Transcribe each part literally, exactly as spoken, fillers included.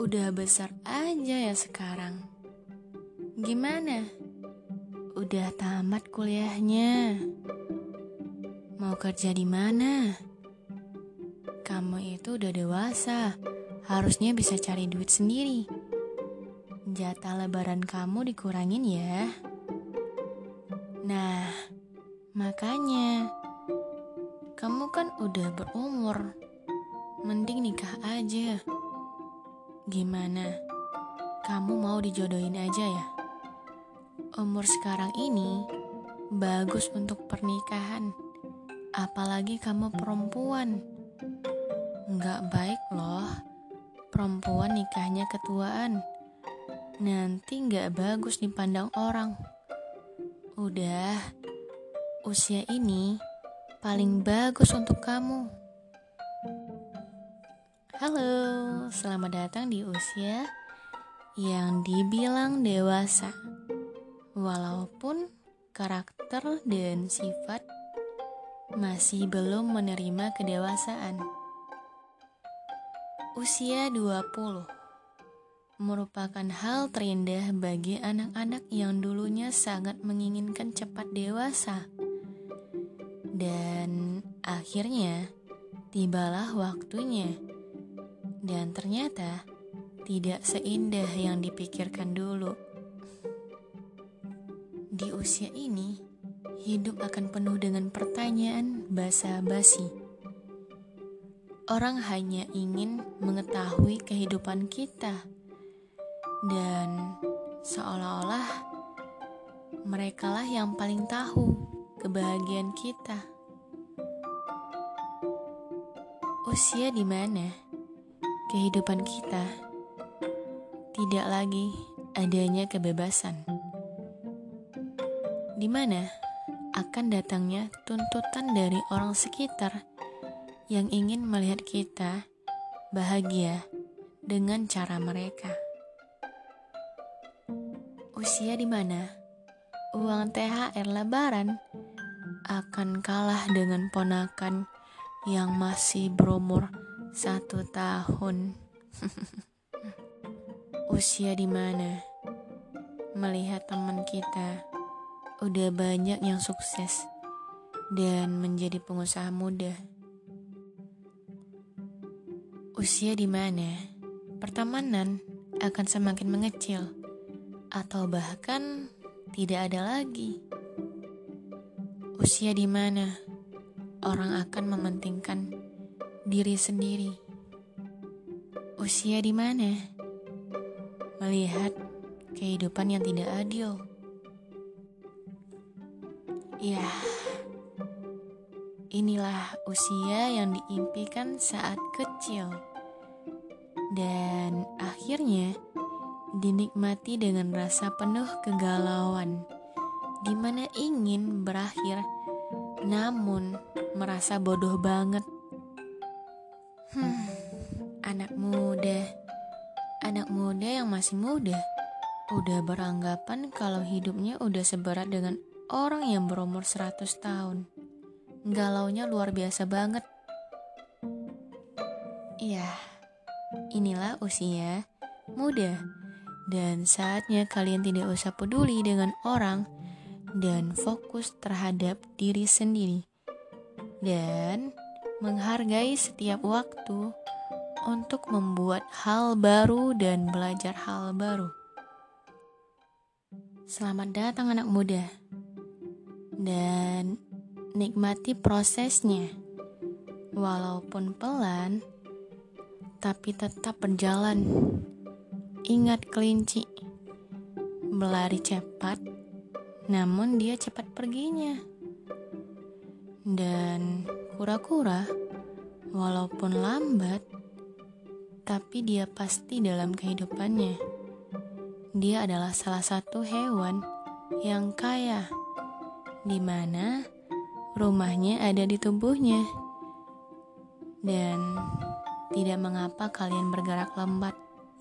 Udah besar aja ya sekarang. Gimana? Udah tamat kuliahnya? Mau kerja di mana? Kamu itu udah dewasa, harusnya bisa cari duit sendiri. Jatah lebaran kamu dikurangin ya. Nah, makanya kamu kan udah berumur, mending nikah aja. Gimana? Kamu mau dijodohin aja ya? Umur sekarang ini bagus untuk pernikahan. Apalagi kamu perempuan. Nggak baik loh perempuan nikahnya ketuaan. Nanti nggak bagus dipandang orang. Udah, usia ini paling bagus untuk kamu. Halo, selamat datang di usia yang dibilang dewasa. Walaupun karakter dan sifat masih belum menerima kedewasaan. Usia dua puluh merupakan hal terindah bagi anak-anak yang dulunya sangat menginginkan cepat dewasa. Dan akhirnya tibalah waktunya. Dan ternyata tidak seindah yang dipikirkan dulu. Di usia ini, hidup akan penuh dengan pertanyaan basa-basi. Orang hanya ingin mengetahui kehidupan kita. Dan seolah-olah merekalah yang paling tahu kebahagiaan kita. Usia di mana kehidupan kita tidak lagi adanya kebebasan. Di mana akan datangnya tuntutan dari orang sekitar yang ingin melihat kita bahagia dengan cara mereka. Usia di mana uang T H R lebaran akan kalah dengan ponakan yang masih berumur satu tahun. Usia di mana melihat teman kita udah banyak yang sukses dan menjadi pengusaha muda. Usia di mana pertemanan akan semakin mengecil atau bahkan tidak ada lagi. Usia di mana orang akan mementingkan diri sendiri. Usia di mana melihat kehidupan yang tidak adil. Ya, inilah usia yang diimpikan saat kecil dan akhirnya dinikmati dengan rasa penuh kegalauan, di mana ingin berakhir namun merasa bodoh banget. Hmm, anak muda, anak muda yang masih muda, udah beranggapan kalau hidupnya udah seberat dengan orang yang berumur seratus tahun. Galaunya luar biasa banget. Iya, inilah usia muda. Dan saatnya kalian tidak usah peduli dengan orang dan fokus terhadap diri sendiri. Dan menghargai setiap waktu untuk membuat hal baru dan belajar hal baru. Selamat datang anak muda. Dan nikmati prosesnya. Walaupun pelan, tapi tetap berjalan. Ingat kelinci, berlari cepat, namun dia cepat perginya. Dan kura-kura, walaupun lambat, tapi dia pasti dalam kehidupannya. Dia adalah salah satu hewan yang kaya, di mana rumahnya ada di tubuhnya. Dan tidak mengapa kalian bergerak lambat.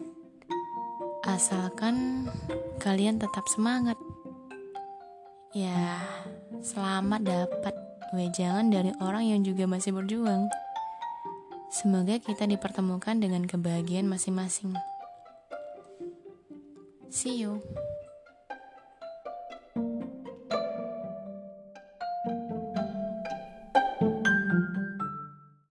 Asalkan kalian tetap semangat. Ya, selamat dapat wejangan dari orang yang juga masih berjuang. Semoga kita dipertemukan dengan kebahagiaan masing-masing. See you.